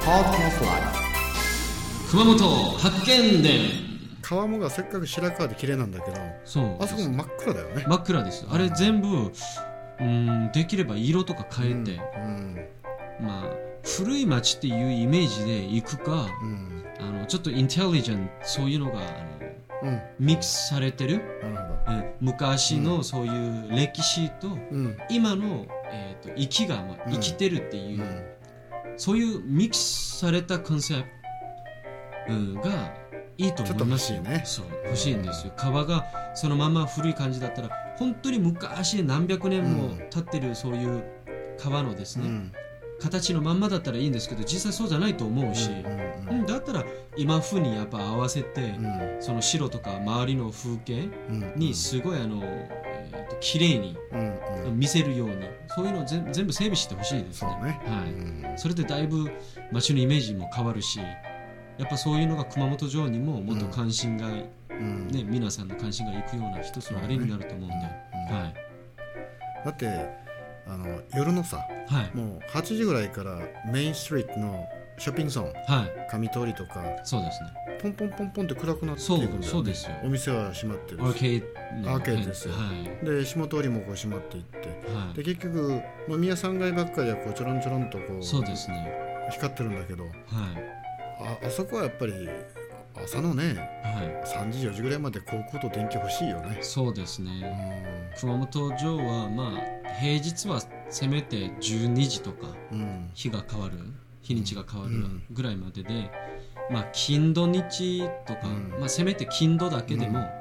Podcast Live 熊本発見伝。 川面がせっかく白川で綺麗なんだけど、 そうあそこも真っ暗だよね。 真っ暗です。あれ全部できれば色とか変えて、まあ古い町っていうイメージで行くか、ちょっとインテリジェント、そういうのがミックスされてる、昔のそういう歴史と、今の、息が、生きてるっていう、そういうミックスされたコンセプト、がいいと思いますよ。そう欲しいんですよ。川がそのまま古い感じだったら、本当に昔何百年も経ってるそういう川のですね、形のまんまだったらいいんですけど、実際そうじゃないと思うし、だったら今風にやっぱ合わせて、その城とか周りの風景にすごい綺麗に見せるように、そういうのを全部整備してほしいですね。それでだいぶ街のイメージも変わるし、やっぱそういうのが熊本城にももっと関心が、皆さんの関心がいくような一つのあれになると思うんで、 だって夜のさ、もう8時ぐらいからメインストリートのショッピングゾーン、上通りとか、そうですね、ポンポンポンポンって暗くなっていくんだよね。そうですよ。お店は閉まってるし、アーケードですよ。で下通りもこう閉まっていって、で結局飲み屋さん街ばっかりはこうちょろんちょろんとこう、そうですね、光ってるんだけど、あそこはやっぱり朝のね、3時4時ぐらいまで航空と電気欲しいよね。そうですね。熊本城は平日はせめて12時とか、日にちが変わるぐらいまでで、金土日とか、せめて金土だけでも、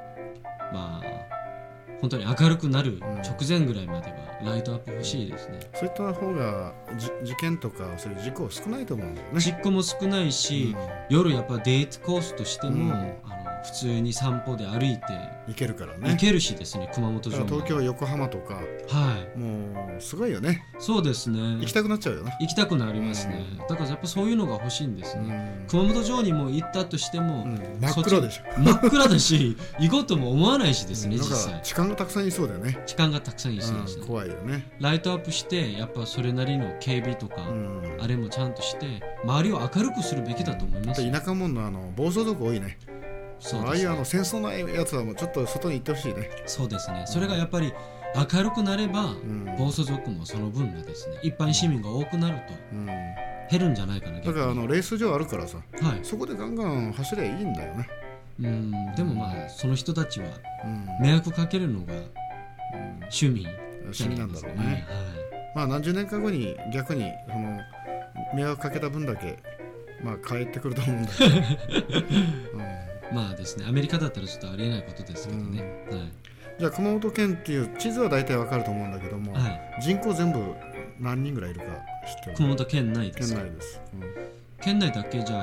本当に明るくなる直前ぐらいまではライトアップ欲しいですね。そういった方が事件とかそういう事故少ないと思うんだよね。事故も少ないし、夜やっぱデートコースとしても、普通に散歩で歩いて行けるからね。行けるしですね、熊本城も東京横浜とか、もうすごいよね。そうですね、行きたくなっちゃうよね。行きたくなりますね。だからやっぱそういうのが欲しいんですね。熊本城にも行ったとしても、真っ暗でしょ。真っ暗だし行こうとも思わないしですね。実際痴漢がたくさんいそうだよね。痴漢がたくさんいそうですね。怖いよね。ライトアップしてやっぱそれなりの警備とか、あれもちゃんとして周りを明るくするべきだと思います。田舎者の暴走族多いね。ああいう戦争のやつはもうちょっと外に行ってほしいね。そうですね。それがやっぱり明るくなれば、暴走族もその分がですね、一般市民が多くなると、減るんじゃないかな。だからレース場あるからさ、そこでガンガン走ればいいんだよね。でもその人たちは迷惑かけるのが趣味なんだろうね。何十年か後に逆にその迷惑かけた分だけ帰ってくると思うんだけどですね、アメリカだったらちょっとありえないことですけどね。じゃあ熊本県っていう地図は大体わかると思うんだけども、人口全部何人ぐらいいるか知ってる？熊本県内ですか？県内です。県内だけじゃあ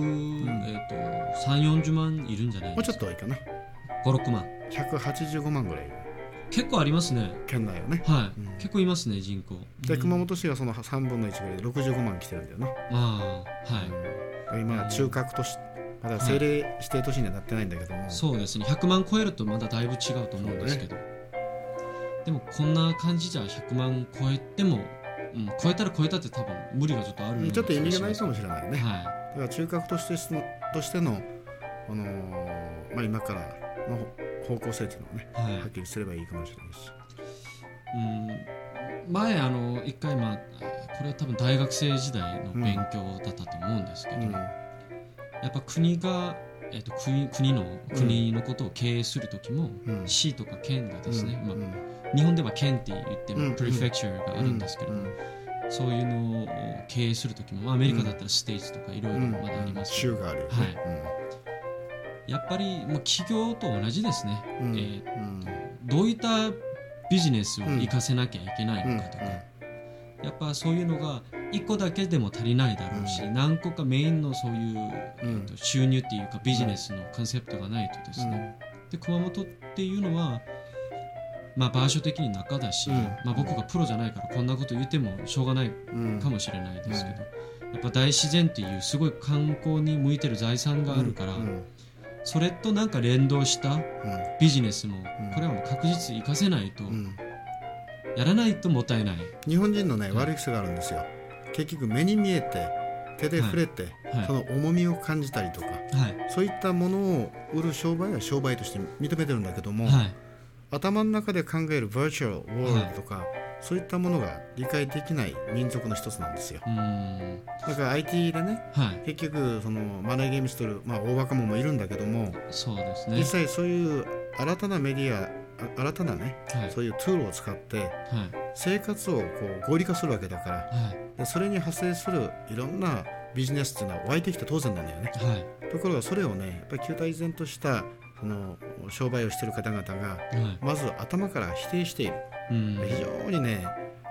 130万いるんじゃないですか。もうちょっと多いかな。5、6万。185万ぐらいいる。結構ありますね。県内はね。結構いますね、人口。で熊本市はその3分の1ぐらいで65万来てるんだよな。今中核都市、まだ政令指定都市にはなってないんだけども、そうですね。100万超えるとまだだいぶ違うと思うんですけど、でもこんな感じじゃ100万超えても、超えたら超えたって多分無理がちょっとある。ちょっと意味がないかもしれないね。だから中核都市としての今からの方向性というのをね、はっきりすればいいかもしれないし。前一回これは多分大学生時代の勉強だったと思うんですけど、やっぱ国が、国のことを経営するときも、市とか県がですね、日本では県って言ってもプレフェクチャーがあるんですけども、そういうのを経営するときも、アメリカだったらステージとかいろいろまだありますけど、州があるよね。やっぱり企業と同じですね。どういったビジネスを活かせなきゃいけないのかとか、やっぱそういうのが1個だけでも足りないだろうし、何個かメインのそういう、収入っていうかビジネスのコンセプトがないとですね、で熊本っていうのは場所的に中だし、僕がプロじゃないからこんなこと言ってもしょうがないかもしれないですけど、やっぱ大自然っていうすごい観光に向いてる財産があるから、それとなんか連動したビジネスも、これはもう確実に活かせないと、やらないともったいない。日本人のね、悪い癖があるんですよ。結局目に見えて手で触れて、その重みを感じたりとか、そういったものを売る商売は商売として認めてるんだけども、頭の中で考えるバーチャルワールドとか、そういったものが理解できない民族の一つなんですよ。だから IT でね、結局そのマネーゲームしとる、大若者もいるんだけども、 そうですね、 実際そういう新たなメディア、新たなね、そういうツールを使って、生活をこう合理化するわけだから、でそれに派生するいろんなビジネスっていうのは湧いてきて当然なんだよね。ところがそれをね、やっぱり旧態依然としたその商売をしている方々が、まず頭から否定している。非常にね、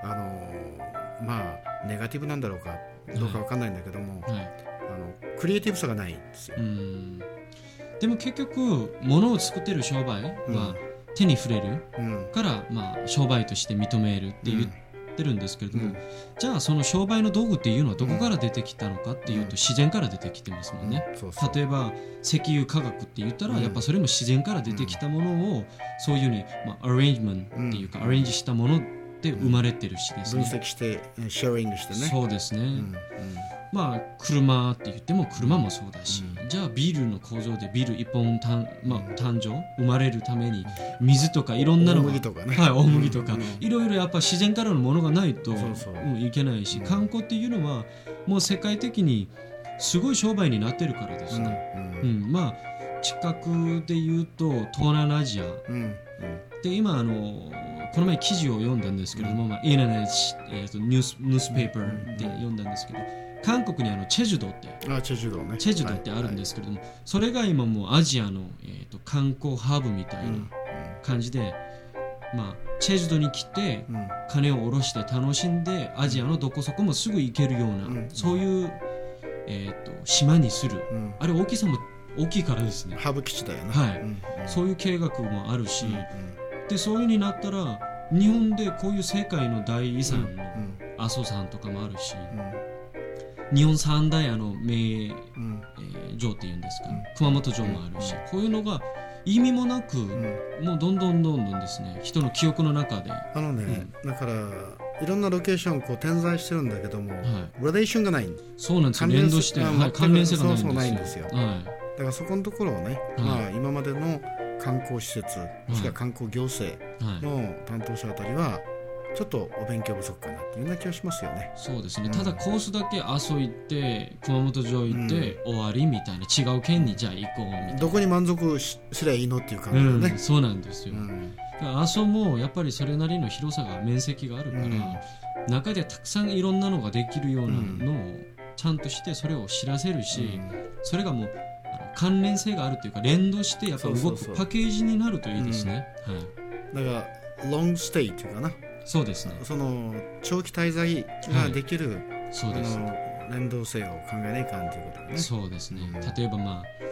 ネガティブなんだろうかどうか分かんないんだけども、クリエイティブさがないんですよ。 でも結局物を作ってる商売は手に触れるから、商売として認めるって言ってるんですけれども、じゃあその商売の道具っていうのはどこから出てきたのかっていうと、自然から出てきてますもんね。例えば石油化学って言ったら、やっぱそれも自然から出てきたものをそういうふうに、アレンジメントっていうか、アレンジしたもので生まれてるしですね。 分析してシェアリングしてね。 そうですね。車って言っても車もそうだし、じゃあビルの工場でビル一本誕生生まれるために水とかいろんなのが、 大麦とかね、 大麦とか、いろいろやっぱ自然からのものがないといけないし、観光っていうのはもう世界的にすごい商売になってるからですね。近くで言うと東南アジア、で今この前記事を読んだんですけれども、インターネット、ニュースペーパーで読んだんですけど、韓国にチェジュ島ってチェジュ島ってあるんですけれども、それが今もうアジアの、観光ハーブみたいな感じで、チェジュ島に来て、金を下ろして楽しんでアジアのどこそこもすぐ行けるような、そういう、島にする、あれ大きさも大きいからですね。 ハーブ基地だよね。 そういう計画もあるし、でそういう風になったら日本でこういう世界の大遺産の阿蘇山とかもあるし、日本三大名城っていうんですか、熊本城もあるし、こういうのが意味もなく、もうどんどんですね、人の記憶の中でだからいろんなロケーションこう点在してるんだけども、グラデーションがない。 そうなんですよ。連動して関連性がないんですよ。 だからそこのところをね、今までの観光施設、もしくは観光行政の担当者あたりはちょっとお勉強不足かなっていうような気がしますよね。 そうですね。ただコースだけ阿蘇行って熊本城行って終わりみたいな、違う県にじゃあ行こうみたいな、 どこに満足すりゃいいのっていう感じだね。 そうなんですよ。阿蘇もやっぱりそれなりの広さが面積があるから、中でたくさんいろんなのができるようなのをちゃんとしてそれを知らせるし、それがもう関連性があるというか連動してやっぱ動くパッケージになるといいですね。 だからロングステイっていうかな。 そうですね。 その長期滞在ができる、そうです、連動性を考えないかんということでね。 そうですね。例えば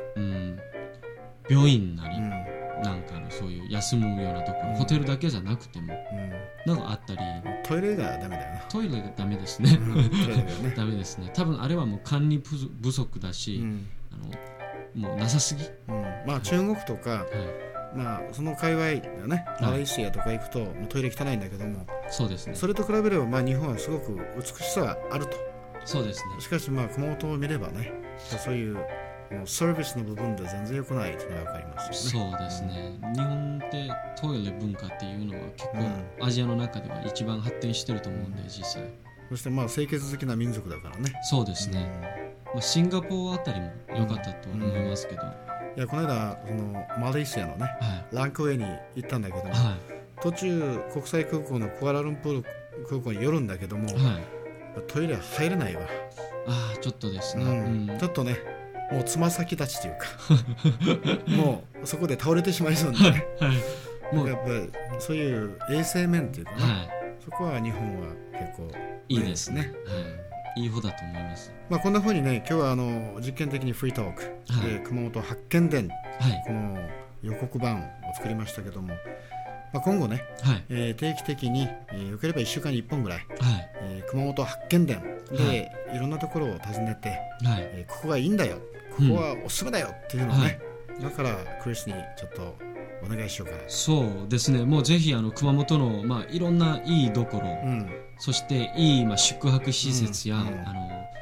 病院なり、なんかのそういう休むようなところ、ホテルだけじゃなくても、なんかあったり、 トイレがダメだよな。 トイレがダメですね。ダメですね。多分あれはもう管理不足だし、もうなさすぎ。 中国とか、その界隈だね、マレーシアとか行くともうトイレ汚いんだけども、 そうですね。 それと比べれば日本はすごく美しさがあると。 そうですね。 しかし熊本を見ればね、そういうサービスの部分で全然良くないというのが分かりますよね。 そうですね。日本ってトイレ文化っていうのは結構アジアの中では一番発展してると思うんで、実際。 そして清潔好きな民族だからね。 そうですね。シンガポーあたりも良かったと思いますけど、 いやこの間マレーシアのね、ランクウェイに行ったんだけども、途中国際空港のクアラルンプール空港に寄るんだけども、トイレ入れないわ。 ちょっとですね、 ちょっとね、もうつま先立ちというかもうそこで倒れてしまいそうなんでね。もうやっぱりそういう衛生面っていうかね、そこは日本は結構いいですね。いい方だと思います。 こんな風にね、今日は実験的にフリートークで熊本発見伝、この予告版を作りましたけども、今後ね、定期的に、よければ1週間に1本ぐらい、熊本発見伝で、いろんなところを訪ねて、ここがいいんだよ、ここはおすすめだよっていうのをね、だからクリスにちょっとお願いしようかな。 そうですね。もうぜひ熊本の、いろんないいところ、そしていい、宿泊施設や、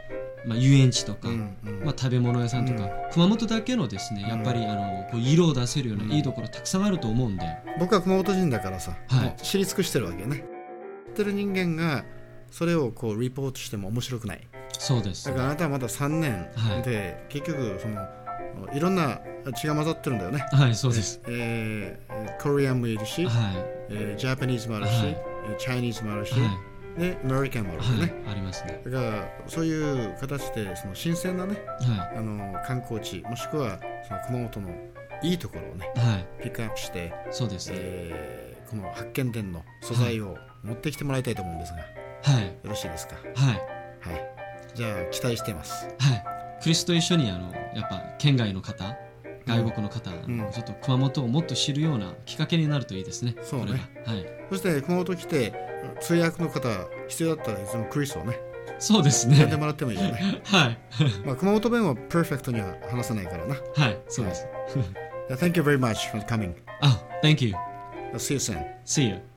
まあ、遊園地とか、まあ、食べ物屋さんとか、熊本だけのですねやっぱりこう色を出せるようないいところたくさんあると思うんで、 僕は熊本人だからさ、知り尽くしてるわけね。知ってる人間がそれをこうリポートしても面白くない。 そうです。 だからあなたはまだ3年で、結局そのいろんな血が混ざってるんだよね。 はい、そうです。 コリアンもいるし、ジャパニーズもあるし、チャイニーズもあるし、でアメリカンもあるしね、 ありますね。 だからそういう形でその新鮮なね、観光地もしくはその熊本のいいところをね、ピックアップして、 そうです、 この発見伝の素材を持ってきてもらいたいと思うんですが、よろしいですか。じゃあ期待しています。 クリスと一緒にやっぱ県外の方、外国の方、ちょっと熊本をもっと知るようなきっかけになるといいですね。 そうね。そして熊本来て通訳の方必要だったらいつもクリスをね、 そうですね、 やってもらってもいいよね。まあ熊本弁はパーフェクトには話せないからな。 そうです。 Thank you very much for coming. Thank you. I'll see you soon. See you.